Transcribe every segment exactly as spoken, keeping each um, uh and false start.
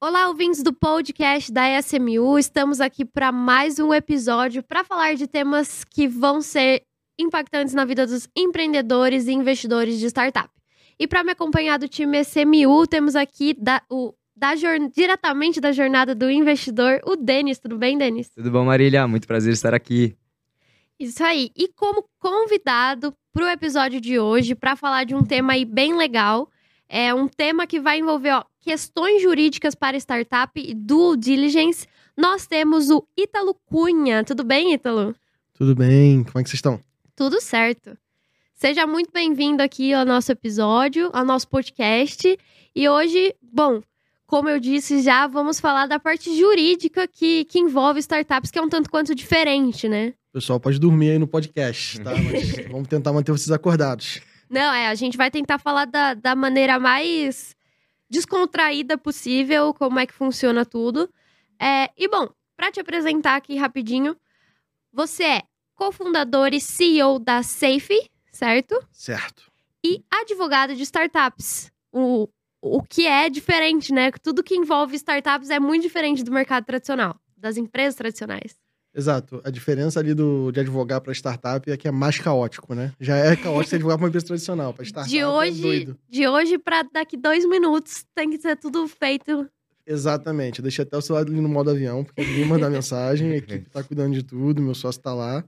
Olá, ouvintes do podcast da S M U. Estamos aqui para mais um episódio para falar de temas que vão ser impactantes na vida dos empreendedores e investidores de startup. E para me acompanhar do time S M U, temos aqui da, o, da, diretamente da jornada do investidor, o Denis. Tudo bem, Denis? Tudo bom, Marília? Muito prazer estar aqui. Isso aí. E como convidado para o episódio de hoje, para falar de um tema aí bem legal, é um tema que vai envolver ó, questões jurídicas para startup e due diligence, nós temos o Ítalo Cunha. Tudo bem, Ítalo? Tudo bem. Como é que vocês estão? Tudo certo. Seja muito bem-vindo aqui ao nosso episódio, ao nosso podcast. E hoje, bom, como eu disse já, vamos falar da parte jurídica que, que envolve startups, que é um tanto quanto diferente, né? O pessoal pode dormir aí no podcast, tá? Mas vamos tentar manter vocês acordados. Não, é, a gente vai tentar falar da, da maneira mais descontraída possível, como é que funciona tudo. É, e, bom, para te apresentar aqui rapidinho, você é cofundador e C E O da Safe, certo? Certo. E advogado de startups. O, o que é diferente, né? Tudo que envolve startups é muito diferente do mercado tradicional, das empresas tradicionais. Exato. A diferença ali do, de advogar para startup é que é mais caótico, né? Já é caótico você advogar para uma empresa tradicional. Para startup de hoje, é doido. De hoje para daqui dois minutos tem que ser tudo feito. Exatamente. Eu deixei até o celular ali no modo avião, porque ninguém manda mensagem, a equipe tá cuidando de tudo, meu sócio tá lá.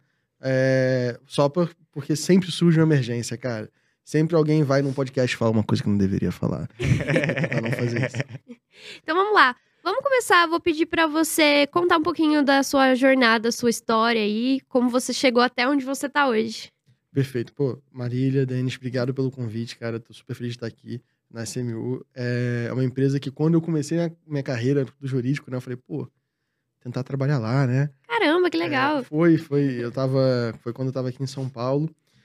É... Só por, porque sempre surge uma emergência, cara. Sempre alguém vai num podcast e fala uma coisa que não deveria falar. Pra não fazer isso. Então vamos lá. Vamos começar, vou pedir pra você contar um pouquinho da sua jornada, sua história aí, como você chegou até onde você tá hoje. Perfeito. Pô, Marília, Denis, obrigado pelo convite, cara. Tô super feliz de estar aqui na S M U. É uma empresa que quando eu comecei a minha carreira do jurídico, né, eu falei, pô, tentar trabalhar lá, né? Caramba, que legal. É, foi, foi. Eu tava, foi quando eu tava aqui em São Paulo.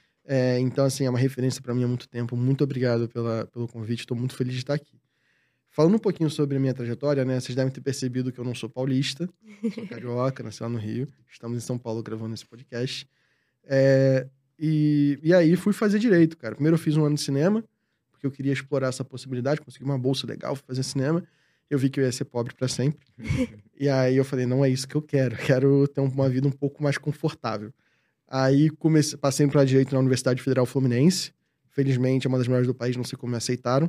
É, então, assim, é uma referência pra mim há muito tempo. Muito obrigado pela, pelo convite. Tô muito feliz de estar aqui. Falando um pouquinho sobre a minha trajetória, né? Vocês devem ter percebido que eu não sou paulista, sou carioca, nasci lá no Rio. Estamos em São Paulo gravando esse podcast. É, e, e aí fui fazer direito, cara. Primeiro eu fiz um ano de cinema, porque eu queria explorar essa possibilidade, consegui uma bolsa legal, fui fazer cinema. Eu vi que eu ia ser pobre para sempre. E aí eu falei, não é isso que eu quero. Eu quero ter uma vida um pouco mais confortável. Aí comecei, passei para direito na Universidade Federal Fluminense. Felizmente é uma das melhores do país, não sei como me aceitaram.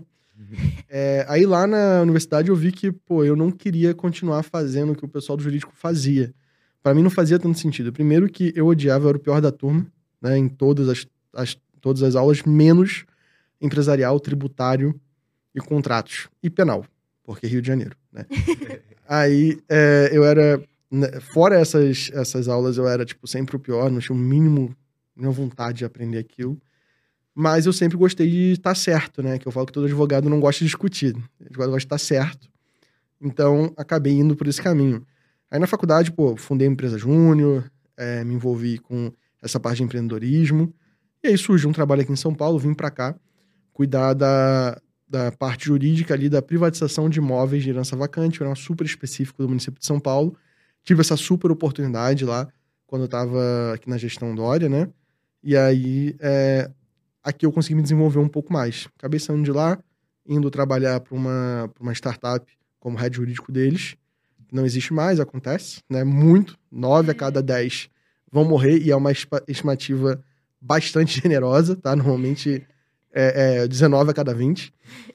É, aí lá na universidade eu vi que, pô, eu não queria continuar fazendo o que o pessoal do jurídico fazia. Pra mim não fazia tanto sentido. Primeiro que eu odiava, eu era o pior da turma, né, em todas as, as, todas as aulas, menos empresarial, tributário e contratos. E penal, porque Rio de Janeiro, né? Aí é, eu era, né, fora essas, essas aulas, eu era, tipo, sempre o pior, não tinha o mínimo, nenhuma vontade de aprender aquilo. Mas eu sempre gostei de estar certo, né? Que eu falo que todo advogado não gosta de discutir. O advogado gosta de estar certo. Então, acabei indo por esse caminho. Aí na faculdade, pô, fundei uma empresa júnior, é, me envolvi com essa parte de empreendedorismo. E aí surgiu um trabalho aqui em São Paulo, vim pra cá, cuidar da, da parte jurídica ali, da privatização de imóveis de herança vacante. Eu era super específico do município de São Paulo. Tive essa super oportunidade lá, quando eu tava aqui na gestão Dória, né? E aí... É, aqui eu consegui me desenvolver um pouco mais. Acabei saindo de lá, indo trabalhar para uma, pra uma startup como head jurídico deles. Não existe mais, acontece, né? Muito. Nove a cada dez vão morrer e é uma estimativa bastante generosa, tá? Normalmente é, é dezenove a cada vinte.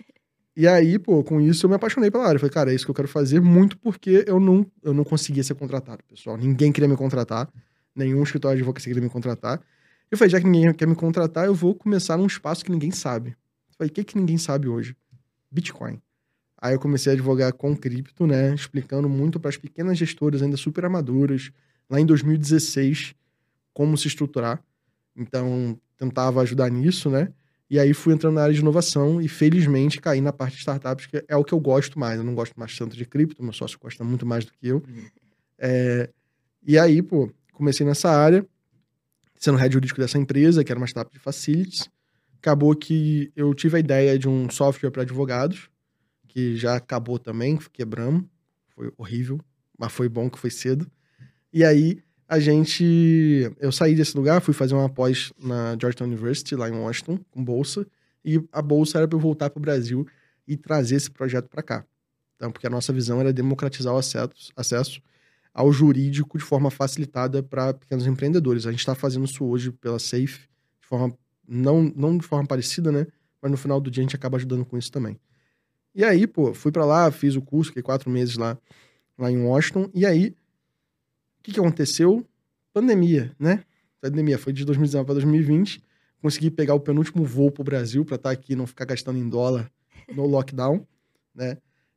E aí, pô, com isso eu me apaixonei pela área. Eu falei, cara, é isso que eu quero fazer, muito porque eu não, eu não conseguia ser contratado, pessoal. Ninguém queria me contratar. Nenhum escritório de advocacia queria me contratar. Eu falei, já que ninguém quer me contratar, eu vou começar num espaço que ninguém sabe. Eu falei, o que que ninguém sabe hoje? Bitcoin. Aí eu comecei a advogar com cripto, né? Explicando muito para as pequenas gestoras ainda super amadoras, lá em dois mil e dezesseis, como se estruturar. Então, tentava ajudar nisso, né? E aí fui entrando na área de inovação e, felizmente, caí na parte de startups, que é o que eu gosto mais. Eu não gosto mais tanto de cripto, meu sócio gosta muito mais do que eu. Uhum. É... E aí, pô, comecei nessa área, sendo head jurídico dessa empresa, que era uma startup de facilities. Acabou que eu tive a ideia de um software para advogados, que já acabou também, quebramos. Foi horrível, mas foi bom que foi cedo. E aí, a gente... Eu saí desse lugar, fui fazer uma pós na Georgetown University, lá em Washington, com bolsa. E a bolsa era para eu voltar para o Brasil e trazer esse projeto para cá. Então, porque a nossa visão era democratizar o acesso, acesso ao jurídico de forma facilitada para pequenos empreendedores. A gente está fazendo isso hoje pela Safe, de forma, não, não de forma parecida, né? Mas no final do dia a gente acaba ajudando com isso também. E aí, pô, fui para lá, fiz o curso, fiquei quatro meses lá, lá em Washington. E aí, o que, que aconteceu? Pandemia, né? Pandemia foi de dois mil e dezenove para dois mil e vinte. Consegui pegar o penúltimo voo pro Brasil para estar aqui, não ficar gastando em dólar no lockdown, né?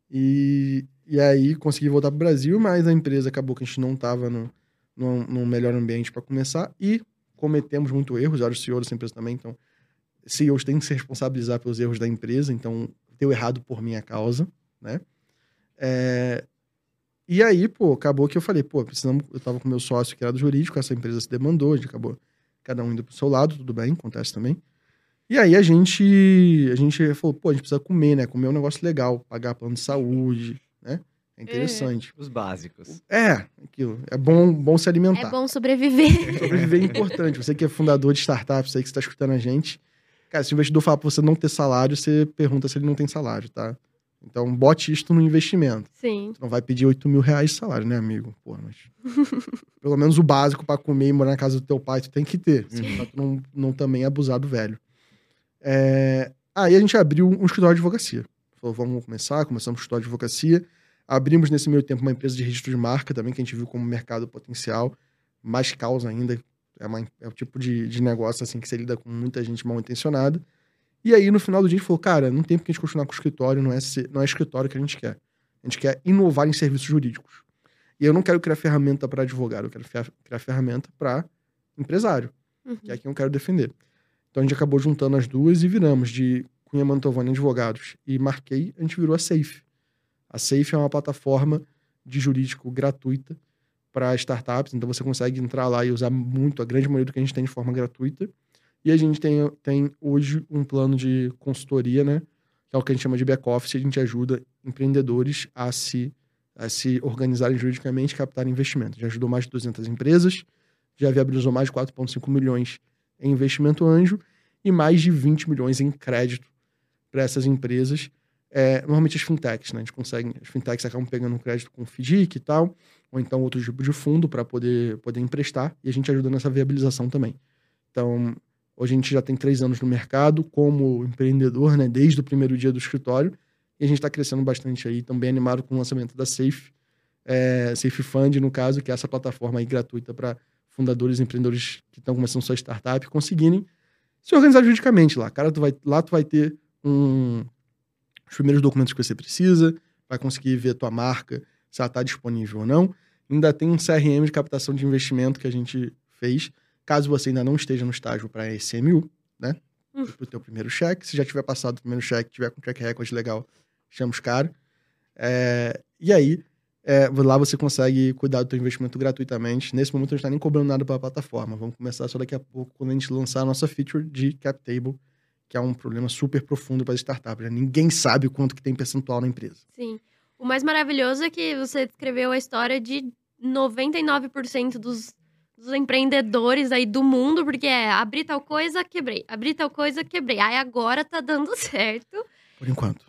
E, e aí consegui voltar pro Brasil, mas a empresa acabou que a gente não estava no, no, no melhor ambiente para começar e cometemos muito erros. Eu era o C E O dessa empresa também, então C E Os têm que se responsabilizar pelos erros da empresa, então deu errado por minha causa, né? É, e aí, pô, acabou que eu falei, pô, precisamos, eu tava com meu sócio que era do jurídico, essa empresa se demandou, a gente acabou cada um indo pro seu lado, tudo bem, acontece também. E aí a gente, a gente falou, pô, a gente precisa comer, né? Comer é um negócio legal, pagar plano de saúde, né? É interessante. Os básicos. É, aquilo. É bom, bom se alimentar. É bom sobreviver. Sobreviver é importante. Você que é fundador de startup, você que está escutando a gente. Cara, se o investidor falar pra você não ter salário, você pergunta se ele não tem salário, tá? Então, bote isto no investimento. Sim. Você não vai pedir oito mil reais de salário, né, amigo? Pô, mas... Pelo menos o básico pra comer e morar na casa do teu pai, tu tem que ter. Uhum. Pra tu não, não também abusar do velho. É... Aí a gente abriu um escritório de advocacia. Falou, vamos começar. Começamos o escritório de advocacia. Abrimos, nesse meio tempo, uma empresa de registro de marca também, que a gente viu como mercado potencial. Mais causa ainda. É, uma, é o tipo de, de negócio, assim, que você lida com muita gente mal intencionada. E aí, no final do dia, a gente falou, cara, não tem porque a gente continuar com o escritório, não é, ser, não é escritório que a gente quer. A gente quer inovar em serviços jurídicos. E eu não quero criar ferramenta para advogado, eu quero criar ferramenta para empresário, uhum. que é quem eu quero defender. Então, a gente acabou juntando as duas e viramos de Cunha Mantovani Advogados e Marquei, a gente virou a Safe. A Safe é uma plataforma de jurídico gratuita para startups, então você consegue entrar lá e usar muito, a grande maioria do que a gente tem de forma gratuita. E a gente tem, tem hoje um plano de consultoria, né? Que é o que a gente chama de back-office. A gente ajuda empreendedores a se, a se organizarem juridicamente e captarem investimento. Já ajudou mais de duzentas empresas, já viabilizou mais de quatro vírgula cinco milhões em investimento anjo e mais de vinte milhões em crédito para essas empresas. É, normalmente as fintechs, né? A gente consegue, as fintechs acabam pegando um crédito com FDIC e tal, ou então outro tipo de fundo para poder, poder emprestar, e a gente ajuda nessa viabilização também. Então... Hoje a gente já tem três anos no mercado como empreendedor, né? Desde o primeiro dia do escritório. E a gente está crescendo bastante aí, também animado com o lançamento da Safe, é, Safe Fund, no caso, que é essa plataforma aí gratuita para fundadores e empreendedores que estão começando sua startup conseguirem se organizar juridicamente lá. Cara, tu vai, lá tu vai ter um, os primeiros documentos que você precisa, vai conseguir ver tua marca, se ela está disponível ou não. Ainda tem um C R M de captação de investimento que a gente fez. Caso você ainda não esteja no estágio para a S M U, né? Hum. Para o teu primeiro cheque. Se já tiver passado o primeiro cheque, tiver com track record legal, chama os caras. É, e aí, é, lá você consegue cuidar do teu investimento gratuitamente. Nesse momento, a gente não está nem cobrando nada pela plataforma. Vamos começar só daqui a pouco, quando a gente lançar a nossa feature de cap table, que é um problema super profundo para as startups. Né? Ninguém sabe o quanto que tem percentual na empresa. Sim. O mais maravilhoso é que você descreveu a história de noventa e nove por cento dos... dos empreendedores aí do mundo, porque é abrir tal coisa, quebrei. Abrir tal coisa, quebrei. Aí agora tá dando certo. Por enquanto.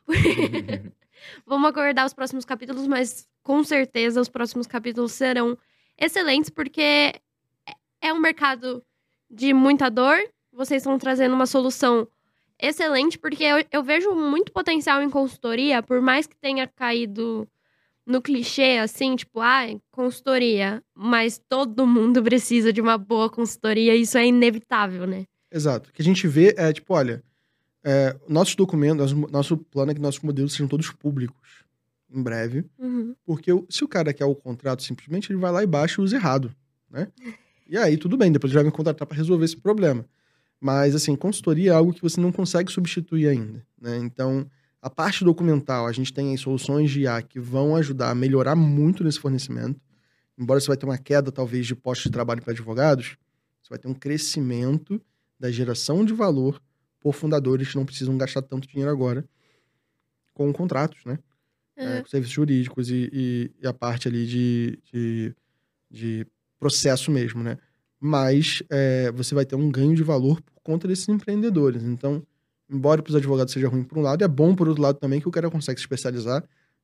Vamos aguardar os próximos capítulos, mas com certeza os próximos capítulos serão excelentes, porque é um mercado de muita dor. Vocês estão trazendo uma solução excelente, porque eu, eu vejo muito potencial em consultoria, por mais que tenha caído... no clichê, assim, tipo, ah, consultoria. Mas todo mundo precisa de uma boa consultoria, isso é inevitável, né? Exato. O que a gente vê é, tipo, olha, é, nossos documentos, nosso, nosso plano é que nossos modelos sejam todos públicos, em breve. Uhum. Porque se o cara quer o contrato, simplesmente, ele vai lá e baixa e usa errado, né? E aí, tudo bem, depois ele vai me contratar para resolver esse problema. Mas, assim, consultoria é algo que você não consegue substituir ainda, né? Então... A parte documental, a gente tem aí soluções de I A que vão ajudar a melhorar muito nesse fornecimento. Embora você vai ter uma queda, talvez, de postos de trabalho para advogados, você vai ter um crescimento da geração de valor por fundadores que não precisam gastar tanto dinheiro agora com contratos, né? Uhum. É, com serviços jurídicos e, e, e a parte ali de, de, de processo mesmo, né? Mas é, você vai ter um ganho de valor por conta desses empreendedores. Então... Embora para os advogados seja ruim por um lado, é bom por outro lado também que o cara consegue se especializar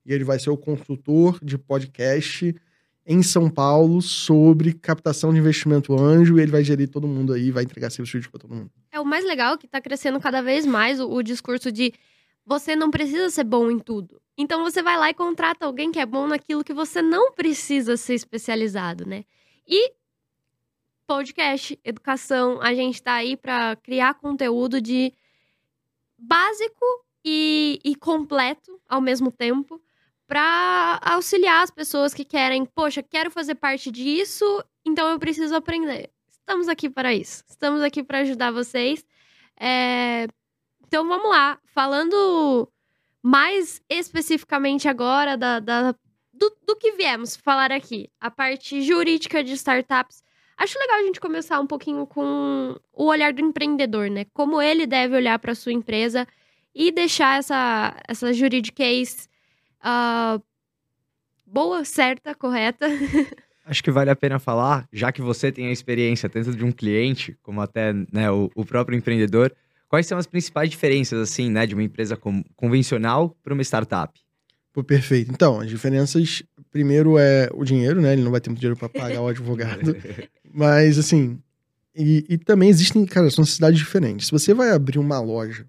E ele vai ser o consultor de podcast em São Paulo sobre captação de investimento anjo. E ele vai gerir todo mundo aí, vai entregar serviço jurídico para todo mundo. É o mais legal que tá crescendo cada vez mais o, o discurso de você não precisa ser bom em tudo. Então você vai lá e contrata alguém que é bom naquilo que você não precisa ser especializado, né? E podcast, educação, a gente tá aí pra criar conteúdo de básico e, e completo ao mesmo tempo pra auxiliar as pessoas que querem, poxa, quero fazer parte disso, então eu preciso aprender. Estamos aqui para isso. Estamos aqui para ajudar vocês. É... Então vamos lá. Falando mais especificamente agora da, da, do, do que viemos falar aqui. A parte jurídica de startups. Acho legal a gente começar um pouquinho com o olhar do empreendedor, né? Como ele deve olhar para sua empresa e deixar essa, essa juridiquês uh, boa, certa, correta. Acho que vale a pena falar, já que você tem a experiência tanto de um cliente, como até, né, o, o próprio empreendedor, quais são as principais diferenças, assim, né, de uma empresa com, convencional para uma startup? Pô, perfeito. Então, as diferenças, primeiro é o dinheiro, né? Ele não vai ter muito dinheiro para pagar o advogado. Mas, assim, e, e também existem, cara, são cidades diferentes. Se você vai abrir uma loja,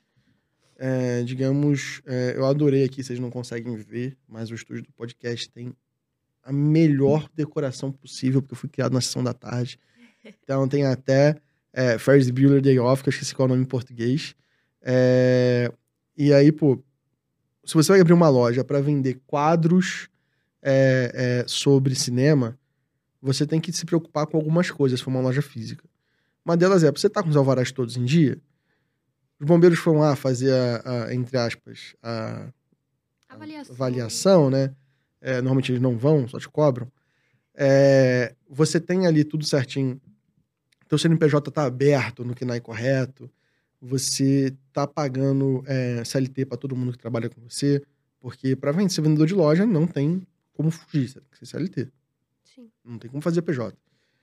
é, digamos, é, eu adorei aqui, vocês não conseguem ver, mas o estúdio do podcast tem a melhor decoração possível, porque eu fui criado na sessão da tarde. Então tem até é, Ferris Bueller Day Off, que eu esqueci qual é o nome em português. É, e aí, pô, se você vai abrir uma loja para vender quadros é, é, sobre cinema, você tem que se preocupar com algumas coisas, se for uma loja física. Uma delas é, você tá com os alvarás todos em dia? Os bombeiros foram lá fazer a, a entre aspas, a, a Avaliação. avaliação, né? É, normalmente eles não vão, só te cobram. É, você tem ali tudo certinho. Teu C N P J tá aberto no que não é correto. Você tá pagando é, C L T para todo mundo que trabalha com você. Porque para vender, ser vendedor de loja não tem como fugir. Você tem que ser C L T. Sim. Não tem como fazer P J.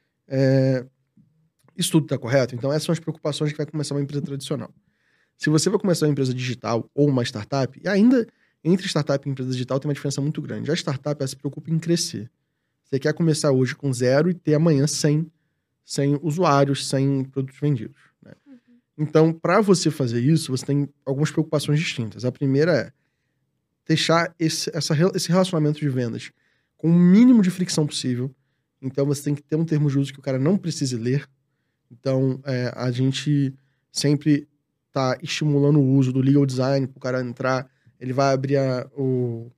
É, isso tudo tá correto? Então essas são as preocupações que vai começar uma empresa tradicional. Se você vai começar uma empresa digital ou uma startup, e ainda... Entre startup e empresa digital tem uma diferença muito grande. A startup ela se preocupa em crescer. Você quer começar hoje com zero e ter amanhã cem, cem usuários, cem produtos vendidos. Né? Uhum. Então, para você fazer isso, você tem algumas preocupações distintas. A primeira é deixar esse, essa, esse relacionamento de vendas com o mínimo de fricção possível. Então, você tem que ter um termo de uso que o cara não precise ler. Então, é, a gente sempre está estimulando o uso do legal design para o cara entrar. Ele vai abrir a, o,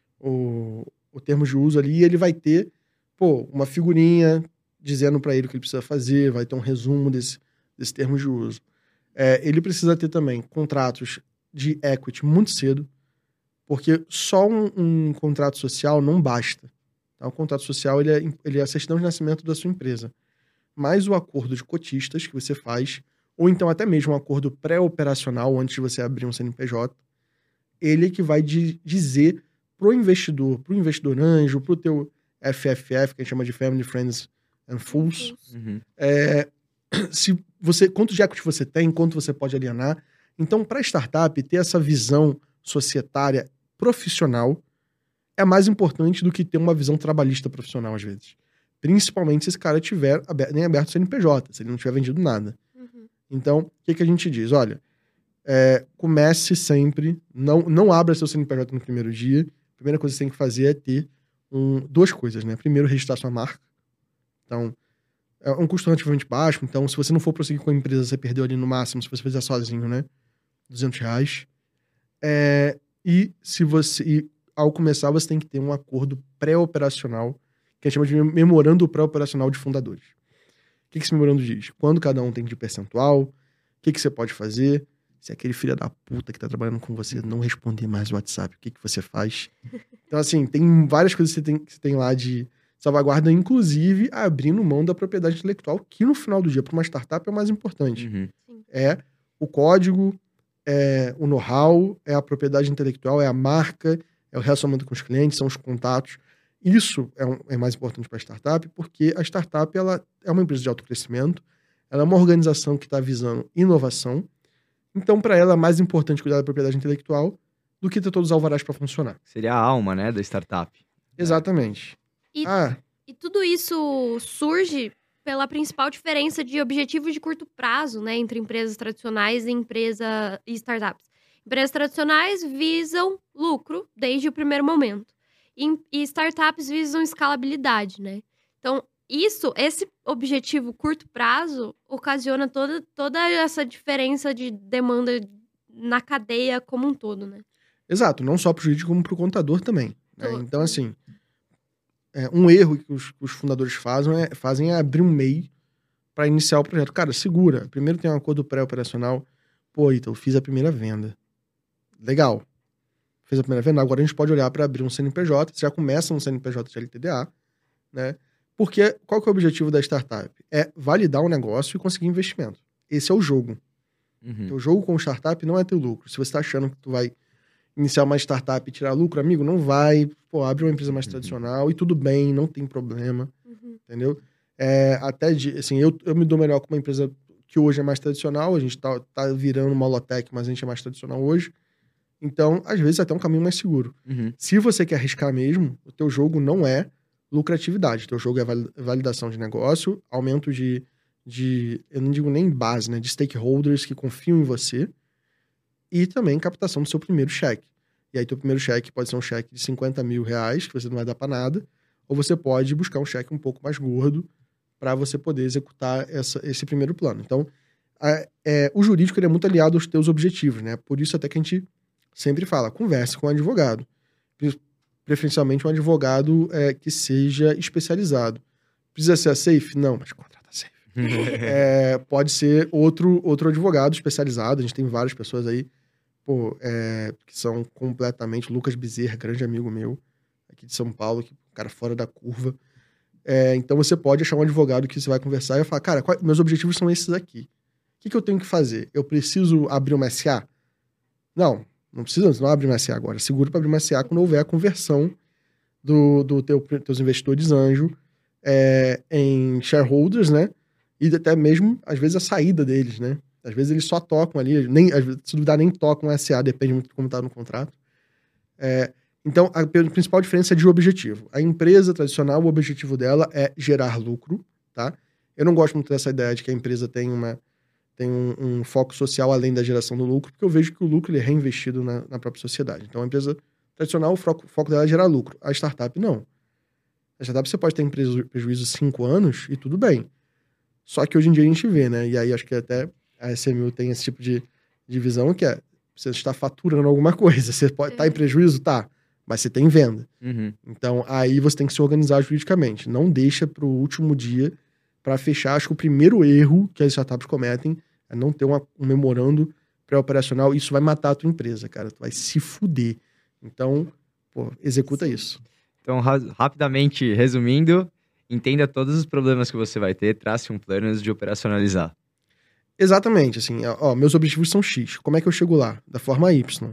o, o termo de uso ali e ele vai ter, pô, uma figurinha dizendo para ele o que ele precisa fazer, vai ter um resumo desse, desse termo de uso. É, ele precisa ter também contratos de equity muito cedo, porque só um, um contrato social não basta. Tá? O contrato social ele é, ele é a certidão de nascimento da sua empresa. Mais o acordo de cotistas que você faz, ou então até mesmo um acordo pré-operacional antes de você abrir um C N P J, ele que vai de, dizer pro investidor, pro investidor anjo, pro teu F F F, que a gente chama de Family, Friends and Fools, uhum. é, se você, quanto de equity você tem, quanto você pode alienar. Então, para startup, ter essa visão societária profissional é mais importante do que ter uma visão trabalhista profissional, às vezes. Principalmente se esse cara tiver aberto, nem aberto o C N P J, se ele não tiver vendido nada. Uhum. Então, o que, que a gente diz? Olha, É, comece sempre, não, não abra seu C N P J no primeiro dia. A primeira coisa que você tem que fazer é ter um, duas coisas, né? Primeiro, registrar sua marca. Então, é um custo relativamente baixo. Então, se você não for prosseguir com a empresa, você perdeu ali no máximo, se você fizer sozinho, né? duzentos reais. É, e se você, e ao começar, você tem que ter um acordo pré-operacional, que a gente chama de memorando pré-operacional de fundadores. O que, que esse memorando diz? Quando cada um tem de percentual, o que, que você pode fazer. Se aquele filho da puta que tá trabalhando com você não responder mais o WhatsApp, o que, que você faz? Então, assim, tem várias coisas que você tem, que você tem lá de salvaguarda, inclusive abrindo mão da propriedade intelectual, que no final do dia, para uma startup, é o mais importante. Uhum. É o código, é o know-how, é a propriedade intelectual, é a marca, é o relacionamento com os clientes, são os contatos. Isso é, um, é mais importante para a startup, porque a startup ela é uma empresa de alto crescimento, ela é uma organização que está visando inovação. Então, para ela, é mais importante cuidar da propriedade intelectual do do que ter todos os alvarás para funcionar. Seria a alma, né, da startup. Exatamente. E, Ah, e tudo isso surge pela principal diferença de objetivos de curto prazo, né, entre empresas tradicionais e empresa e startups. Empresas tradicionais visam lucro desde o primeiro momento. E, e startups visam escalabilidade, né? Então, isso, esse objetivo curto prazo ocasiona toda, toda essa diferença de demanda na cadeia como um todo, né? exato, não só para o jurídico, como para o contador também. Né? Tô- Então, assim, é, um erro que os, os fundadores fazem é, fazem é abrir um M E I para iniciar o projeto. Cara, segura. Primeiro tem um acordo pré-operacional. Pô, então, eu fiz a primeira venda. Legal. Fez a primeira venda, agora a gente pode olhar para abrir um C N P J. Você já começa um C N P J de L T D A, né? Porque qual que é o objetivo da startup? É validar o negócio e conseguir investimento. Esse é o jogo. Uhum. O jogo com startup não é ter lucro. Se você está achando que tu vai iniciar uma startup e tirar lucro, amigo, não vai. Pô, abre uma empresa mais Uhum. tradicional e tudo bem, não tem problema, Uhum. entendeu? É, até, de, assim, eu, eu me dou melhor com uma empresa que hoje é mais tradicional, a gente tá, tá virando uma holotech, mas a gente é mais tradicional hoje. Então, às vezes, é até um caminho mais seguro. Uhum. Se você quer arriscar mesmo, o teu jogo não é lucratividade. O teu jogo é vali- validação de negócio, aumento de, de, eu não digo nem base, né? De stakeholders que confiam em você e também captação do seu primeiro cheque. E aí, teu primeiro cheque pode ser um cheque de cinquenta mil reais, que você não vai dar para nada, ou você pode buscar um cheque um pouco mais gordo para você poder executar essa, esse primeiro plano. Então, a- é, o jurídico ele é muito aliado aos teus objetivos, né? Por isso até que a gente sempre fala, converse com o advogado. Pre- Preferencialmente um advogado é, que seja especializado. Precisa ser a Safe? Não, mas contrata a Safe. É, pode ser outro, outro advogado especializado. A gente tem várias pessoas aí, pô, é, que são completamente... Lucas Bezerra, grande amigo meu, aqui de São Paulo, que cara fora da curva. É, então você pode achar um advogado que você vai conversar e vai falar, cara, qual- meus objetivos são esses aqui. O que, que eu tenho que fazer? Eu preciso abrir uma S A? Não, não precisa, você não abre uma S A agora. Seguro para abrir uma S A quando houver a conversão do, do teu, teus investidores anjo é, em shareholders, né? E até mesmo, às vezes, a saída deles, né? Às vezes eles só tocam ali, nem, às vezes, se duvidar, nem tocam S A, depende muito de como tá no contrato. É, então, a pe- principal diferença é de objetivo. A empresa tradicional, o objetivo dela é gerar lucro, tá? Eu não gosto muito dessa ideia de que a empresa tem uma tem um, um foco social além da geração do lucro, porque eu vejo que o lucro ele é reinvestido na, na própria sociedade. Então, a empresa tradicional, o foco, o foco dela é gerar lucro. A startup, não. A startup, você pode ter em preju- prejuízo cinco anos e tudo bem. Só que hoje em dia a gente vê, né? E aí, acho que até a S M U tem esse tipo de, de visão, que é você está faturando alguma coisa. Você pode estar em prejuízo? Tá. Mas você tem venda. Uhum. Então, aí você tem que se organizar juridicamente. Não deixa para o último dia para fechar. Acho que o primeiro erro que as startups cometem é não ter uma- um memorando pré-operacional. Isso vai matar a tua empresa, cara. Tu vai se fuder. Então, pô, executa Sim. isso. Então, ra- rapidamente resumindo, entenda todos os problemas que você vai ter, trace um plano antes de operacionalizar. Exatamente, assim, ó, ó, meus objetivos são X. Como é que eu chego lá? Da forma Y.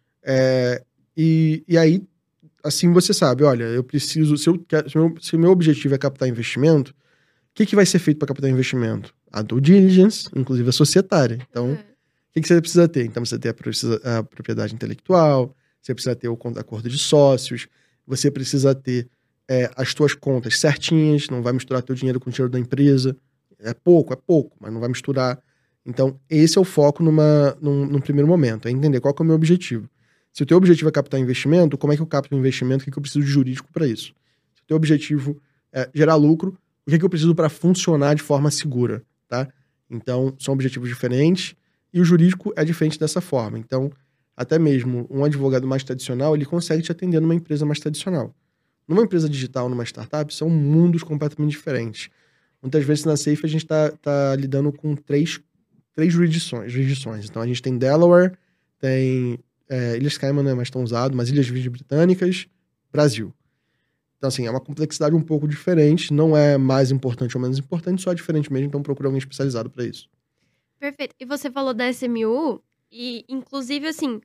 É, e, e aí, assim você sabe, olha, eu preciso, se, eu quero, se, meu, se o meu objetivo é captar investimento, o que, que vai ser feito para captar investimento? A due diligence, inclusive a societária. Então, o É. que, que você precisa ter? Então, você tem a, precisa- a propriedade intelectual, você precisa ter o con- acordo de sócios, você precisa ter é, as tuas contas certinhas, não vai misturar teu dinheiro com o dinheiro da empresa. É pouco, é pouco, mas não vai misturar. Então, esse é o foco numa, num, num primeiro momento, é entender qual que é o meu objetivo. Se o teu objetivo é captar investimento, como é que eu capto investimento? O que, que eu preciso de jurídico para isso? Se o teu objetivo é gerar lucro, o que, que eu preciso para funcionar de forma segura, tá? Então, são objetivos diferentes e o jurídico é diferente dessa forma. Então, até mesmo um advogado mais tradicional, ele consegue te atender numa empresa mais tradicional. Numa empresa digital, numa startup, são mundos completamente diferentes. Muitas vezes na Safe a gente está tá lidando com três, três jurisdições, jurisdições. Então, a gente tem Delaware, tem é, Ilhas Cayman não é mais tão usado, mas Ilhas Virgens Britânicas, Brasil. Então, assim, é uma complexidade um pouco diferente, não é mais importante ou menos importante, só é diferente mesmo, então procura alguém especializado para isso. Perfeito. E você falou da S M U, e inclusive, assim,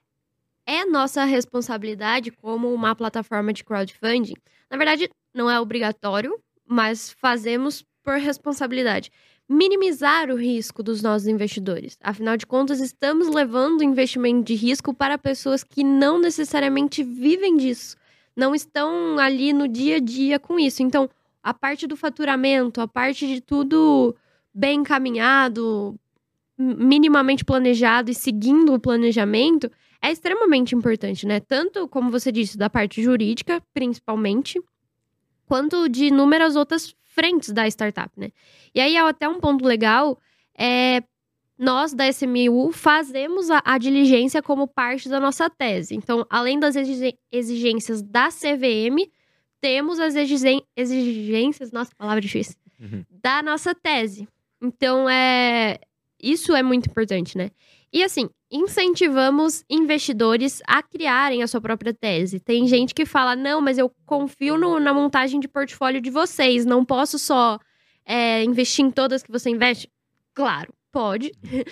é nossa responsabilidade como uma plataforma de crowdfunding. Na verdade, não é obrigatório, mas fazemos por responsabilidade. minimizar o risco dos nossos investidores. Afinal de contas, estamos levando investimento de risco para pessoas que não necessariamente vivem disso, não estão ali no dia a dia com isso. Então, a parte do faturamento, a parte de tudo bem encaminhado, minimamente planejado e seguindo o planejamento, é extremamente importante, né? Tanto, como você disse, da parte jurídica, principalmente, quanto de inúmeras outras frentes da startup, né? E aí, até um ponto legal, é, nós da S M U fazemos a, a diligência como parte da nossa tese. Então, além das exigências da C V M, temos as exigen- exigências, nossa, palavra difícil, uhum. da nossa tese. Então, é, isso é muito importante, né? E assim, incentivamos investidores a criarem a sua própria tese. Tem gente que fala, não, mas eu confio no, na montagem de portfólio de vocês, não posso só é, investir em todas que você investe. Claro, pode,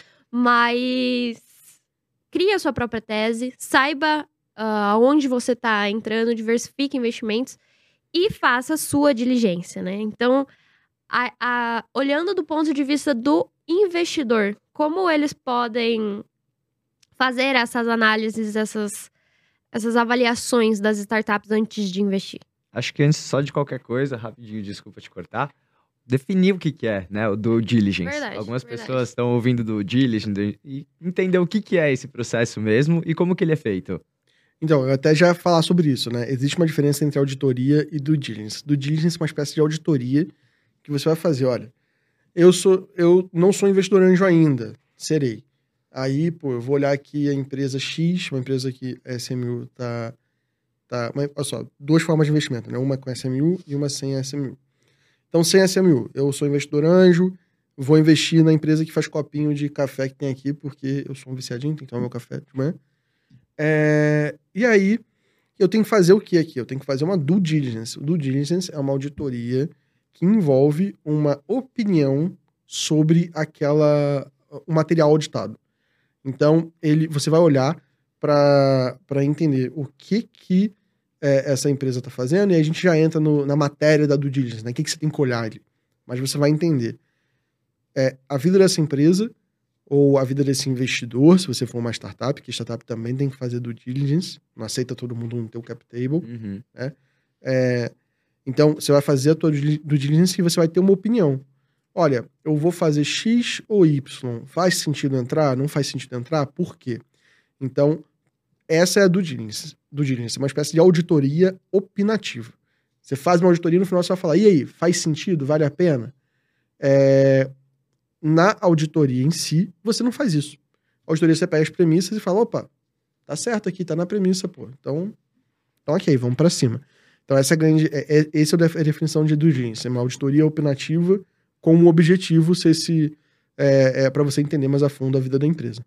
mas crie a sua própria tese, saiba aonde uh, você está entrando, diversifique investimentos e faça a sua diligência, né? Então, a, a, olhando do ponto de vista do investidor, como eles podem fazer essas análises, essas, essas avaliações das startups antes de investir? Acho que antes só de qualquer coisa, rapidinho, desculpa te cortar, definir o que, que é, né, o due diligence. Verdade, Algumas verdade. pessoas estão ouvindo do diligence e entender o que, que é esse processo mesmo e como que ele é feito. Então, eu até já ia falar sobre isso, né? Existe uma diferença entre auditoria e due diligence. Due diligence é uma espécie de auditoria que você vai fazer, olha, eu, sou, eu não sou investidor anjo ainda, serei. Aí, pô, eu vou olhar aqui a empresa X, uma empresa que a S M U tá... tá mas, olha só, duas formas de investimento, né? Uma com a S M U e uma sem a S M U. Então, sem a S M U, eu sou investidor anjo, vou investir na empresa que faz copinho de café que tem aqui, porque eu sou um viciadinho, tenho que tomar meu café de manhã. É, e aí, eu tenho que fazer o que aqui? Eu tenho que fazer uma due diligence. O due diligence é uma auditoria que envolve uma opinião sobre aquela, o material auditado. Então, ele, você vai olhar para entender o que, que é, essa empresa está fazendo, e a gente já entra no, na matéria da due diligence, né? O que, que você tem que olhar ali. Mas você vai entender é, a vida dessa empresa ou a vida desse investidor, se você for uma startup, que startup também tem que fazer due diligence, não aceita todo mundo no teu cap table, Uhum. né? É, então, você vai fazer a tua due diligence e você vai ter uma opinião. Olha, eu vou fazer X ou Y. Faz sentido entrar? Não faz sentido entrar? Por quê? Então, essa é a due diligence. Due diligence é uma espécie de auditoria opinativa. Você faz uma auditoria e no final você vai falar, e aí, faz sentido? Vale a pena? É... Na auditoria em si, você não faz isso. A auditoria, você pega as premissas e fala, opa, tá certo aqui, tá na premissa, pô. Então, então ok, vamos pra cima. Então, essa é a grande... É, é, essa é a definição de due diligence. É uma auditoria opinativa com um objetivo ser esse, é, é para você entender mais a fundo a vida da empresa.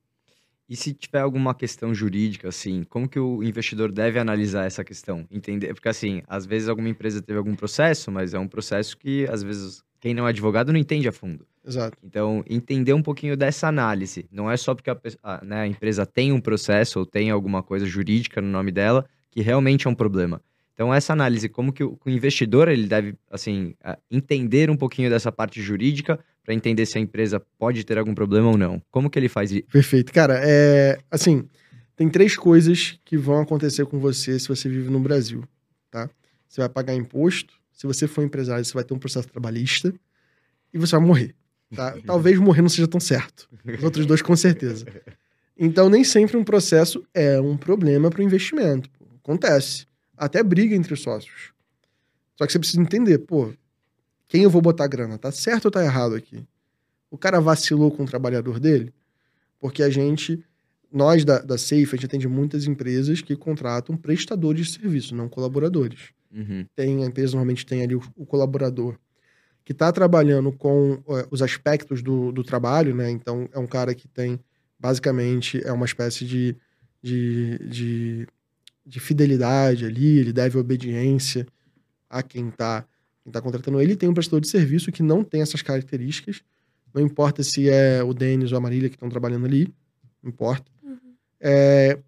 E se tiver alguma questão jurídica, assim, como que o investidor deve analisar essa questão? Entender? Porque, assim, às vezes alguma empresa teve algum processo, mas é um processo que, às vezes, quem não é advogado não entende a fundo. Exato. Então, entender um pouquinho dessa análise. Não é só porque a, a, né, a empresa tem um processo ou tem alguma coisa jurídica no nome dela que realmente é um problema. Então, essa análise, como que o, o investidor ele deve, assim, entender um pouquinho dessa parte jurídica para entender se a empresa pode ter algum problema ou não. Como que ele faz isso? Perfeito. Cara, é... assim, tem três coisas que vão acontecer com você se você vive no Brasil, tá? Você vai pagar imposto, se você for empresário, você vai ter um processo trabalhista e você vai morrer, tá? Talvez morrer não seja tão certo. Os outros dois, com certeza. Então, nem sempre um processo é um problema para o investimento. Pô. Acontece. Até briga entre os sócios. Só que você precisa entender, pô, quem eu vou botar grana? Tá certo ou tá errado aqui? O cara vacilou com o trabalhador dele? Porque a gente, nós da, da Safe, a gente atende muitas empresas que contratam prestadores de serviço, não colaboradores. Uhum. Tem, a empresa normalmente tem ali o, o colaborador que está trabalhando com uh, os aspectos do, do trabalho, né? Então, é um cara que tem, basicamente, é uma espécie de, de, de, de fidelidade ali, ele deve obediência a quem está quem tá contratando ele. Tem um prestador de serviço que não tem essas características, não importa se é o Denis ou a Marília que estão trabalhando ali, não importa. Uhum. É,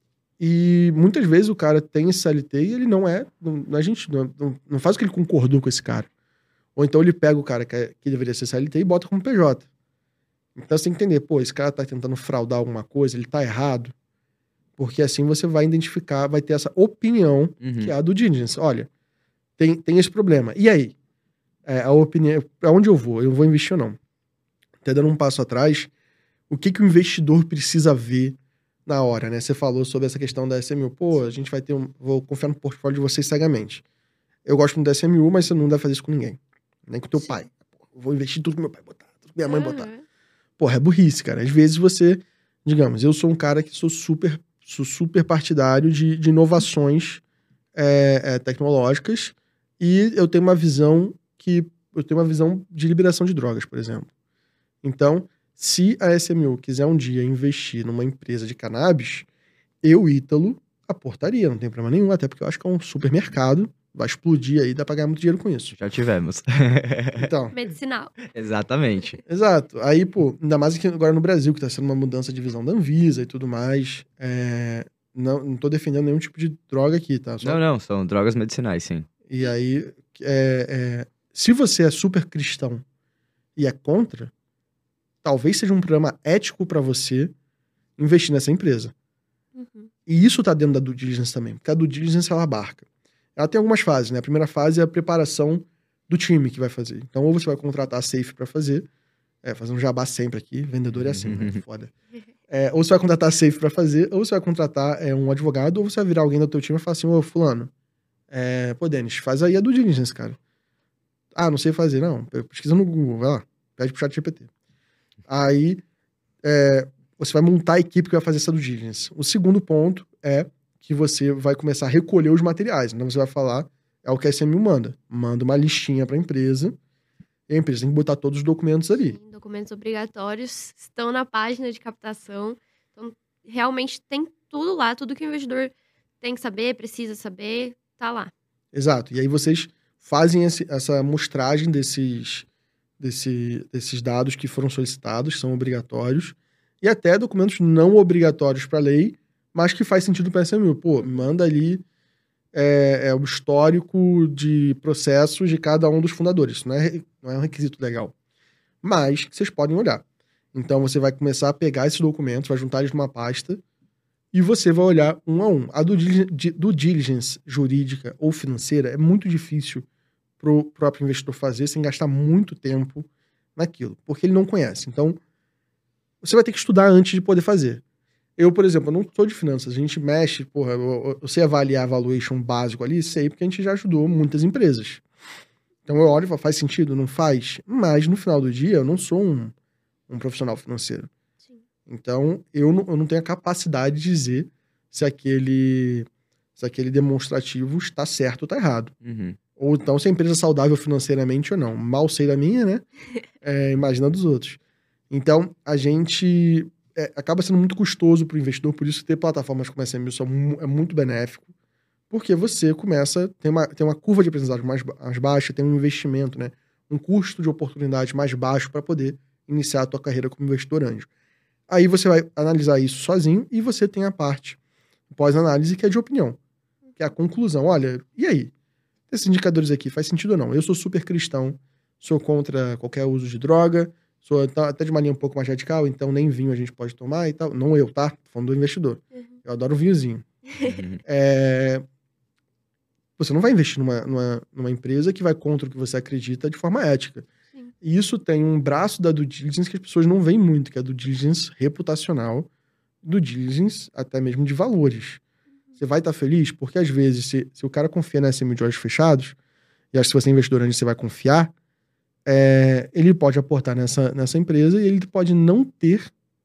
e muitas vezes o cara tem esse C L T e ele não é, não, a gente não, não, não faz o que ele concordou com esse cara. Ou então ele pega o cara que, é, que deveria ser C L T e bota como P J. Então você tem que entender, pô, esse cara tá tentando fraudar alguma coisa, ele tá errado. Porque assim você vai identificar, vai ter essa opinião, Uhum. que é a do diligence. Olha, tem, tem esse problema. E aí? É, a opinião, pra onde eu vou? Eu vou investir ou não? Até dando um passo atrás, o que, que o investidor precisa ver na hora, né? Você falou sobre essa questão da S M U. Pô, a gente vai ter um... Vou confiar no portfólio de vocês cegamente. Eu gosto muito da S M U, mas você não deve fazer isso com ninguém. Nem com teu Sim. pai. Pô, vou investir tudo que meu pai botar, tudo que minha mãe botar. Uhum. Porra, é burrice, cara. Às vezes você... Digamos, eu sou um cara que sou super, sou super partidário de, de inovações é, é, tecnológicas e eu tenho uma visão que... Eu tenho uma visão de liberação de drogas, por exemplo. Então, se a S M U quiser um dia investir numa empresa de cannabis, eu, Ítalo, aportaria, não tem problema nenhum, até porque eu acho que é um supermercado, vai explodir aí, dá pra ganhar muito dinheiro com isso. Já tivemos. Então, Medicinal. Exatamente. exato. Aí, pô, ainda mais que agora no Brasil, que tá sendo uma mudança de visão da Anvisa e tudo mais, é... não, não tô defendendo nenhum tipo de droga aqui, tá? Só- Não, não, são drogas medicinais, sim. E aí, é, é, se você é super cristão e é contra, talvez seja um problema ético pra você investir nessa empresa. Uhum. E isso tá dentro da due diligence também, porque a due diligence ela abarca. Ela tem algumas fases, né? A primeira fase é a preparação do time que vai fazer. Então, ou você vai contratar a Safe pra fazer, é, fazer um jabá sempre aqui, vendedor é assim, né? Foda. É, ou você vai contratar a Safe pra fazer, ou você vai contratar é, um advogado, ou você vai virar alguém do teu time e falar assim, ô, fulano, é, pô, Denis, faz aí a due diligence, cara. Ah, não sei fazer, não. Pesquisa no Google, vai lá, pede pro chat G P T. Aí, é, você vai montar a equipe que vai fazer essa due diligence. O segundo ponto é que você vai começar a recolher os materiais. Então, você vai falar, é o que a S M U manda. Manda uma listinha pra empresa, e a empresa tem que botar todos os documentos ali. Sim, documentos obrigatórios estão na página de captação. Então, realmente tem tudo lá, tudo que o investidor tem que saber, precisa saber, tá lá. Exato. E aí vocês fazem esse- essa amostragem desses, desse- desses dados que foram solicitados, são obrigatórios, e até documentos não obrigatórios para a lei, mas que faz sentido para a S M U. Pô, manda ali é, é, o histórico de processos de cada um dos fundadores. Isso não é, não é um requisito legal. Mas que vocês podem olhar. Então você vai começar a pegar esses documentos, vai juntar eles numa pasta, e você vai olhar um a um. A due dili- di- due diligence jurídica ou financeira é muito difícil para o próprio investidor fazer sem gastar muito tempo naquilo, porque ele não conhece. Então, você vai ter que estudar antes de poder fazer. Eu, por exemplo, eu não sou de finanças, a gente mexe, porra, eu, eu- eu sei avaliar valuation básico ali, sei, porque a gente já ajudou muitas empresas. Então eu olho e falo, faz sentido? Não faz? Mas no final do dia, eu não sou um, um profissional financeiro. Sim. Então, eu não, eu não tenho a capacidade de dizer se aquele, se aquele demonstrativo está certo ou está errado. Uhum. Ou então se a empresa é saudável financeiramente ou não. Mal sei da minha, né? É, imagina dos outros. Então, a gente... é, acaba sendo muito custoso para o investidor, por isso que ter plataformas como a S M U são mu- é muito benéfico, porque você começa... Tem uma, tem uma curva de aprendizagem mais, ba- mais baixa, tem um investimento, né? Um custo de oportunidade mais baixo para poder iniciar a tua carreira como investidor anjo. Aí você vai analisar isso sozinho e você tem a parte pós-análise que é de opinião, que é a conclusão. Olha, e aí? Esses indicadores aqui, faz sentido ou não? Eu sou super cristão, sou contra qualquer uso de droga, sou até de uma linha um pouco mais radical, então nem vinho a gente pode tomar e tal. Não eu, tá? Tô falando do investidor. Uhum. Eu adoro um vinhozinho. Uhum. É... Você não vai investir numa, numa, numa empresa que vai contra o que você acredita de forma ética. Sim. E isso tem um braço da due diligence que as pessoas não veem muito, que é a due diligence reputacional, due diligence até mesmo de valores. Você vai estar feliz? Porque às vezes, se, se o cara confia na S M U de olhos fechados, e acho que se você é investidor anjo, você vai confiar, é, ele pode aportar nessa, nessa empresa e ele pode não ter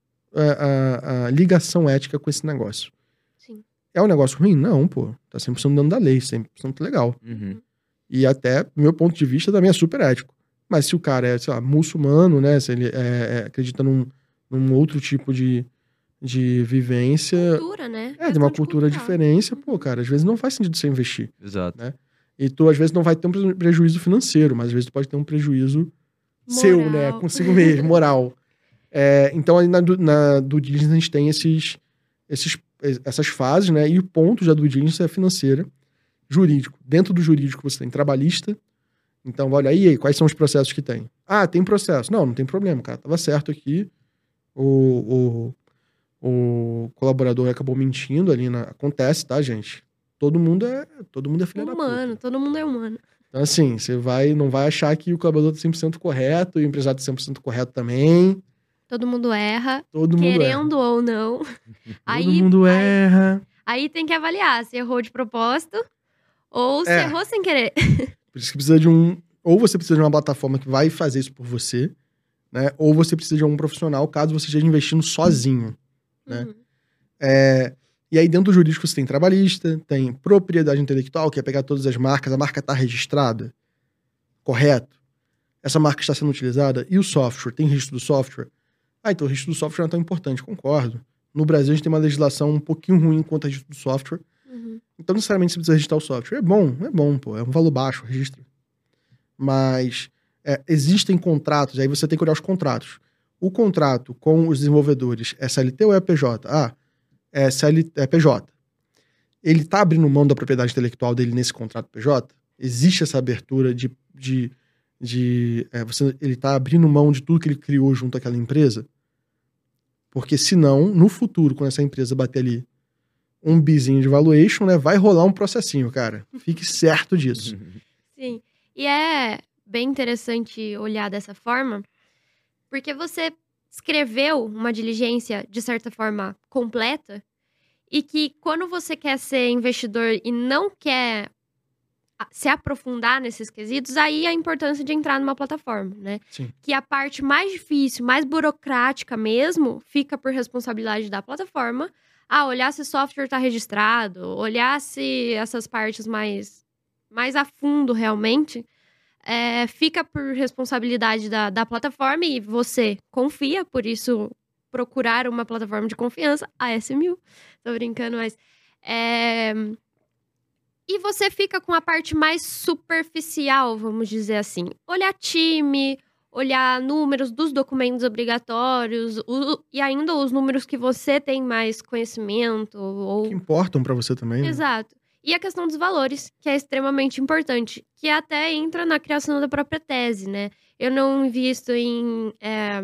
a, a- a ligação ética com esse negócio. Sim. É um negócio ruim? Não, pô. Tá cem por cento dentro da lei, cem por cento legal. Uhum. E até, do meu ponto de vista, também é super ético. Mas se o cara é, sei lá, muçulmano, né? Se ele é, é, acredita num, num outro tipo de, de vivência... Cultura, né? É, tem uma Questão de cultura cultural. diferente, pô, cara, às vezes não faz sentido você investir. Exato. Né? E tu, às vezes, não vai ter um pre- prejuízo financeiro, mas às vezes tu pode ter um prejuízo seu, né? Moral. Consigo mesmo, moral. É, então, aí na, du- na due diligence, a gente tem esses, esses, essas fases, né? E o ponto da due diligence é financeira, jurídico. Dentro do jurídico, você tem trabalhista Então, vai olhar, e aí, quais são os processos que tem? Ah, tem processo. Não, não tem problema, cara. Tava certo aqui. O, o, o colaborador acabou mentindo ali. Na... Acontece, tá, gente? Todo mundo é, todo mundo é filha da puta. Humano, todo mundo é humano. Então, assim, você vai, não vai achar que o colaborador tá cem por cento correto e o empresário tá cem por cento correto também. Todo mundo erra, Todo mundo erra. querendo ou não. Todo aí, mundo aí, erra. aí tem que avaliar se errou de propósito ou se É. errou sem querer. Por isso que precisa de um... Ou você precisa de uma plataforma que vai fazer isso por você, né? Ou você precisa de um profissional, caso você esteja investindo sozinho, né? Uhum. É... E aí, dentro do jurídico, você tem trabalhista, tem propriedade intelectual, que é pegar todas as marcas, a marca está registrada, correto? Essa marca está sendo utilizada, e o software, tem registro do software? Ah, então o registro do software não é tão importante, concordo. No Brasil, a gente tem uma legislação um pouquinho ruim quanto ao registro do software, Uhum. então necessariamente você precisa registrar o software. É bom, é bom, pô, é um valor baixo, registra. Mas é, existem contratos, aí você tem que olhar os contratos. O contrato com os desenvolvedores é C L T ou é P J? Ah, é, C L T, é P J. Ele tá abrindo mão da propriedade intelectual dele nesse contrato P J? Existe essa abertura de... de, de é, você, ele tá abrindo mão de tudo que ele criou junto àquela empresa? Porque senão, no futuro, quando essa empresa bater ali um bizinho de valuation, né, vai rolar um processinho, cara. Fique certo disso. Sim. E é bem interessante olhar dessa forma, porque você escreveu uma diligência, de certa forma, completa, e que quando você quer ser investidor e não quer se aprofundar nesses quesitos, aí a importância de entrar numa plataforma, né? Sim. Que a parte mais difícil, mais burocrática mesmo, fica por responsabilidade da plataforma. Ah, olhar se o software está registrado, olhar se essas partes mais, mais a fundo realmente, é, fica por responsabilidade da, da plataforma e você confia, por isso procurar uma plataforma de confiança, a S M U. Tô brincando, mas... É... E você fica com a parte mais superficial, vamos dizer assim. Olhar time, olhar números dos documentos obrigatórios o, e ainda os números que você tem mais conhecimento. Ou... Que importam pra você também, né? Exato. E a questão dos valores, que é extremamente importante, que até entra na criação da própria tese, né? Eu não invisto em é,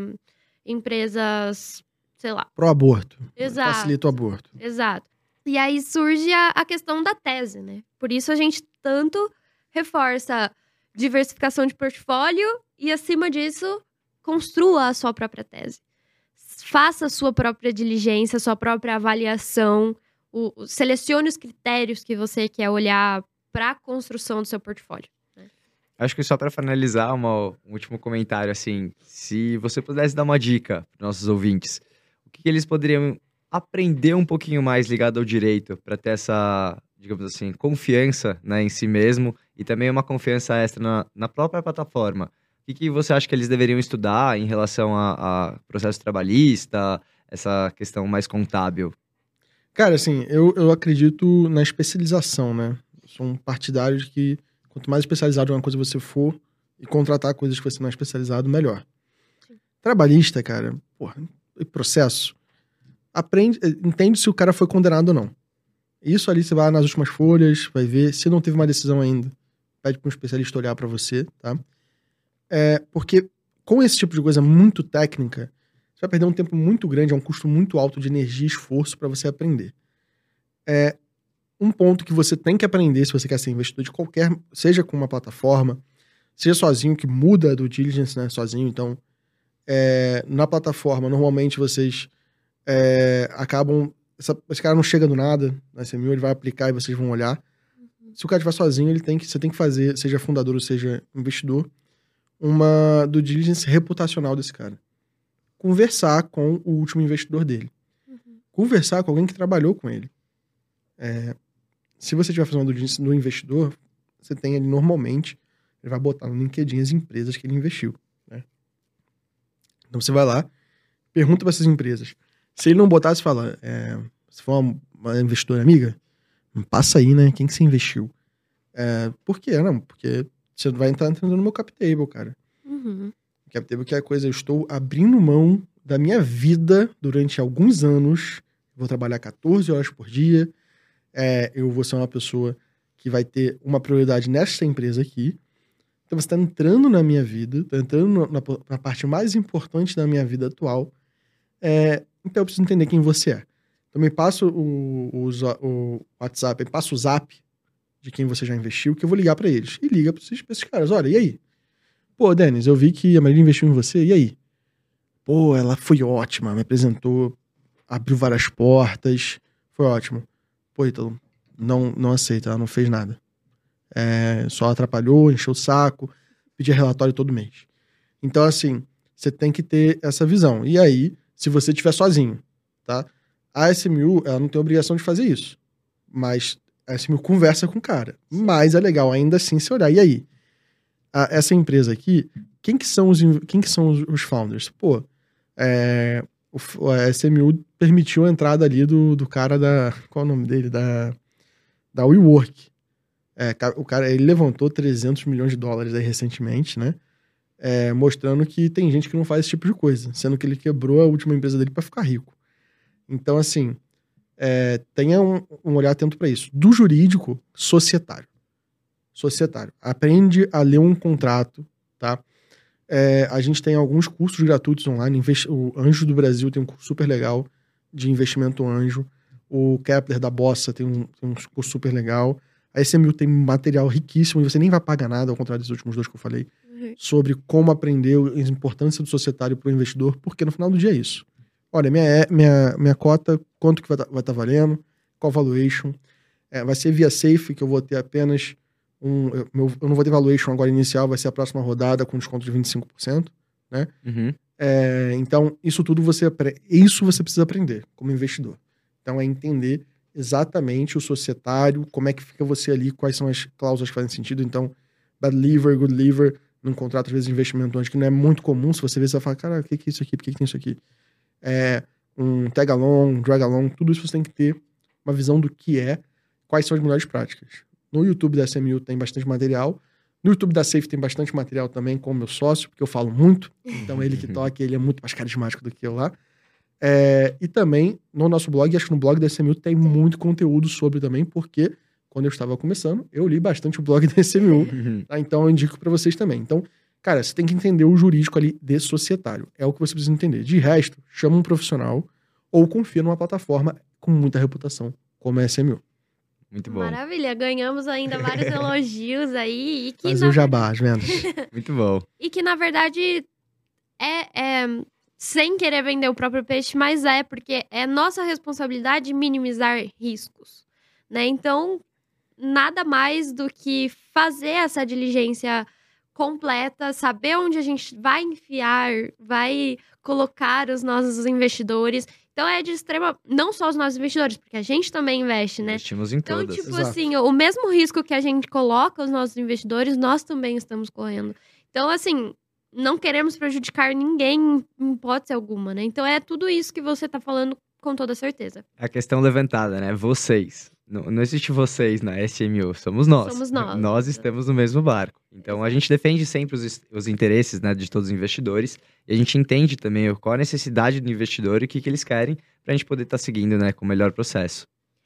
empresas, sei lá... Pro aborto. Exato. Facilita o aborto. Exato. E aí surge a, a questão da tese, né? Por isso a gente tanto reforça diversificação de portfólio e, acima disso, construa a sua própria tese. Faça a sua própria diligência, a sua própria avaliação, o, o, selecione os critérios que você quer olhar para a construção do seu portfólio. Né? Acho que só para finalizar, uma, um último comentário, assim, se você pudesse dar uma dica para nossos ouvintes, o que, que eles poderiam aprender um pouquinho mais ligado ao direito para ter essa, digamos assim, confiança, né, em si mesmo e também uma confiança extra na, na própria plataforma. O que, que você acha que eles deveriam estudar em relação a, a processo trabalhista, essa questão mais contábil? Cara, assim, eu, eu acredito na especialização, né? Eu sou um partidário de que quanto mais especializado em uma coisa você for e contratar coisas que você não é especializado, melhor. Sim. Trabalhista, cara, porra, e processo... Aprende, entende se o cara foi condenado ou não. Isso ali você vai nas últimas folhas, vai ver. Se não teve uma decisão ainda, pede para um especialista olhar para você, tá? É, porque com esse tipo de coisa muito técnica, você vai perder um tempo muito grande, é um custo muito alto de energia e esforço para você aprender. É um ponto que você tem que aprender se você quer ser investidor de qualquer, seja com uma plataforma, seja sozinho, que muda do diligence, né, sozinho. Então, é, na plataforma, normalmente vocês É, acabam... Essa, esse cara não chega do nada na S M U, ele vai aplicar e vocês vão olhar. Uhum. Se o cara estiver sozinho, ele tem que, você tem que fazer, seja fundador ou seja investidor, uma due diligence reputacional desse cara. Conversar com o último investidor dele. Uhum. Conversar com alguém que trabalhou com ele. É, se você estiver fazendo uma due diligence no investidor, você tem ali normalmente, ele vai botar no LinkedIn as empresas que ele investiu. Né? Então você vai lá, pergunta para essas empresas. Se ele não botar, você fala, é, se for uma, uma investidora amiga, passa aí, né? Quem que você investiu? É, por quê? Não, porque você vai entrar entrando no meu cap table, cara. Uhum. Cap table que é a coisa, eu estou abrindo mão da minha vida durante alguns anos, vou trabalhar quatorze horas por dia, é, eu vou ser uma pessoa que vai ter uma prioridade nessa empresa aqui, Então você está entrando na minha vida, está entrando na, na parte mais importante da minha vida atual. É, então eu preciso entender quem você é. Então me passa o, o, o WhatsApp, me passa o Zap de quem você já investiu, que eu vou ligar para eles. E liga para esses, esses caras. Olha, e aí? Pô, Denis, eu vi que a Marília investiu em você, e aí? Pô, ela foi ótima, me apresentou, abriu várias portas, foi ótimo. Pô, Ítalo, não, não aceita, ela não fez nada. É, só atrapalhou, encheu o saco, pedia relatório todo mês. Então, assim, você tem que ter essa visão. E aí, se você estiver sozinho, tá? A S M U, ela não tem obrigação de fazer isso. Mas a S M U conversa com o cara. Mas é legal ainda assim se olhar. E aí? A, essa empresa aqui, quem que são os, quem que são os, os founders? Pô, é, o, a S M U permitiu a entrada ali do, do cara da... Qual é o nome dele? Da, da WeWork. É, o cara, ele levantou trezentos milhões de dólares aí recentemente, né? É, mostrando que tem gente que não faz esse tipo de coisa, sendo que ele quebrou a última empresa dele para ficar rico. Então, assim, é, tenha um, um olhar atento para isso. Do jurídico, societário. Societário. Aprende a ler um contrato, tá? É, a gente tem alguns cursos gratuitos online. O Anjo do Brasil tem um curso super legal de investimento anjo. O Kepler da Bossa tem um, tem um curso super legal. A S M U tem material riquíssimo e você nem vai pagar nada, ao contrário dos últimos dois que eu falei, uhum. sobre como aprender a importância do societário para o investidor, porque no final do dia é isso. Olha, minha, minha, minha cota, quanto que vai estar tá valendo, qual valuation. É, vai ser via Safe, que eu vou ter apenas um... Eu, meu, eu não vou ter valuation agora inicial, vai ser a próxima rodada com desconto de vinte e cinco por cento, né? Uhum. É, então, isso tudo você... Isso você precisa aprender como investidor. Então, é entender exatamente o societário, como é que fica você ali, quais são as cláusulas que fazem sentido. Então, bad lever, good lever, num contrato, às vezes, de investimento antes, que não é muito comum. Se você vê, você vai falar, cara, o que é isso aqui? Por que, que tem isso aqui? É, um tag along, drag along, tudo isso você tem que ter uma visão do que é, quais são as melhores práticas. No YouTube da S M U tem bastante material. No YouTube da Safe tem bastante material também, com o meu sócio, porque eu falo muito. Então, ele que toca, ele é muito mais carismático do que eu lá. É, e também no nosso blog, acho que no blog da S M U tem muito conteúdo sobre também, porque quando eu estava começando, eu li bastante o blog da S M U, tá? Então eu indico para vocês também. Então, cara, você tem que entender o jurídico ali de societário, é o que você precisa entender. De resto, chama um profissional ou confia numa plataforma com muita reputação, como a S M U. Muito bom. Maravilha, ganhamos ainda vários elogios aí. E que, Fazer o jabá, as vendas. Muito bom. E que, na verdade, é... é... sem querer vender o próprio peixe, mas é, porque é nossa responsabilidade minimizar riscos, né? Então, nada mais do que fazer essa diligência completa, saber onde a gente vai enfiar, vai colocar os nossos investidores. Então, é de extrema... Não só os nossos investidores, porque a gente também investe, né? Investimos em então, todas. tipo Exato. assim, o mesmo risco que a gente coloca os nossos investidores, nós também estamos correndo. Então, assim... não queremos prejudicar ninguém em hipótese alguma, né? Então é tudo isso que você tá falando com toda certeza. É a questão levantada, né? Vocês. Não, não existe vocês na S M U, somos nós. Somos nós. Nós estamos no mesmo barco. Então a gente defende sempre os, os interesses, né, de todos os investidores. E a gente entende também qual a necessidade do investidor e o que, que eles querem pra gente poder estar tá seguindo, né, com o melhor processo.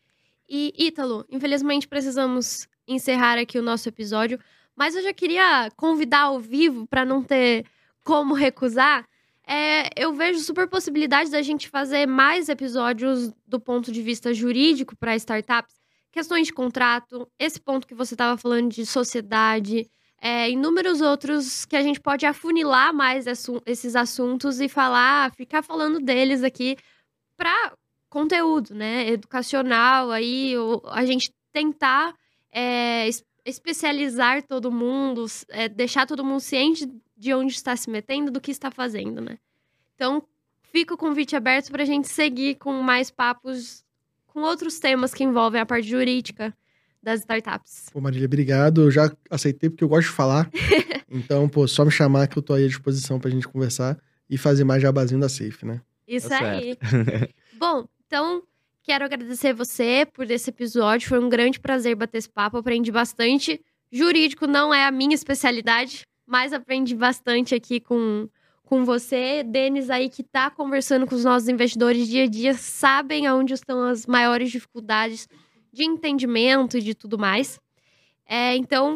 E, Ítalo, infelizmente precisamos encerrar aqui o nosso episódio. Mas eu já queria convidar ao vivo, para não ter como recusar. É, eu vejo super possibilidade da gente fazer mais episódios do ponto de vista jurídico para startups. Questões de contrato, esse ponto que você estava falando de sociedade, é, inúmeros outros que a gente pode afunilar mais esses assuntos e falar, ficar falando deles aqui para conteúdo, né? Educacional, aí a gente tentar... É, especializar todo mundo, é, deixar todo mundo ciente de onde está se metendo, do que está fazendo, né? Então, fica o convite aberto para a gente seguir com mais papos com outros temas que envolvem a parte jurídica das startups. Pô, Marília, obrigado. Eu já aceitei porque eu gosto de falar. Então, pô, só me chamar que eu tô aí à disposição pra gente conversar e fazer mais jabazinho da Safe, né? Isso Tá aí. Bom, então... quero agradecer você por esse episódio. Foi um grande prazer bater esse papo. Aprendi bastante. Jurídico não é a minha especialidade, mas aprendi bastante aqui com, com você. Denis aí que tá conversando com os nossos investidores dia a dia, sabem aonde estão as maiores dificuldades de entendimento e de tudo mais. É, então,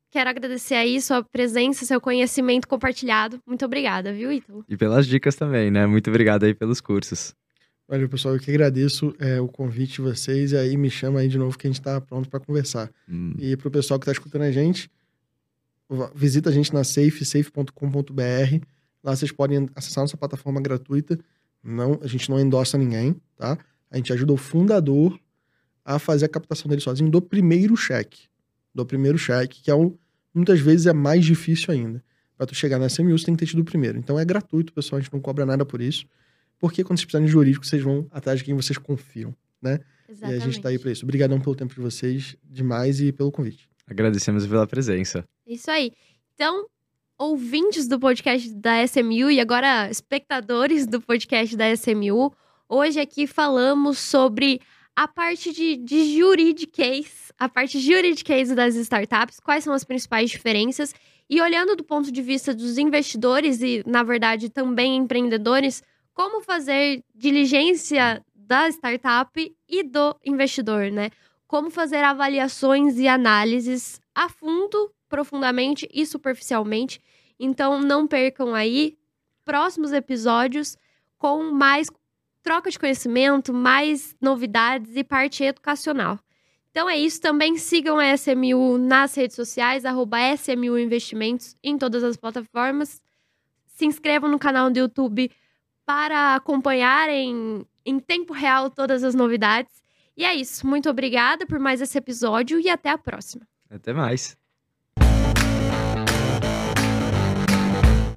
quero agradecer aí sua presença, seu conhecimento compartilhado. Muito obrigada, viu, Ítalo? E pelas dicas também, né? Muito obrigado aí pelos cursos. Valeu, pessoal. Eu que agradeço é, o convite de vocês. E aí me chama aí de novo que a gente tá pronto para conversar. Hum. E pro pessoal que tá escutando a gente, visita a gente na safe, safe ponto com ponto b r. Lá vocês podem acessar nossa plataforma gratuita. Não, a gente não endossa ninguém, tá? A gente ajuda o fundador a fazer a captação dele sozinho do primeiro cheque. Do primeiro cheque, que é um, muitas vezes é mais difícil ainda. Para tu chegar na S M U, você tem que ter tido o primeiro. Então é gratuito, pessoal, a gente não cobra nada por isso. Porque quando vocês precisarem de jurídico, vocês vão atrás de quem vocês confiam, né? Exatamente. E a gente tá aí para isso. Obrigadão pelo tempo de vocês, demais, e pelo convite. Agradecemos pela presença. Isso aí. Então, ouvintes do podcast da S M U e agora espectadores do podcast da S M U, hoje aqui falamos sobre a parte de, de juridiquês, a parte juridiquês das startups, quais são as principais diferenças e olhando do ponto de vista dos investidores e, na verdade, também empreendedores, como fazer diligência da startup e do investidor, né? Como fazer avaliações e análises a fundo, profundamente e superficialmente. Então, não percam aí próximos episódios com mais troca de conhecimento, mais novidades e parte educacional. Então é isso. Também sigam a S M U nas redes sociais, arroba S M U Investimentos, em todas as plataformas. Se inscrevam no canal do YouTube para acompanharem em tempo real todas as novidades. E é isso. Muito obrigada por mais esse episódio e até a próxima. Até mais.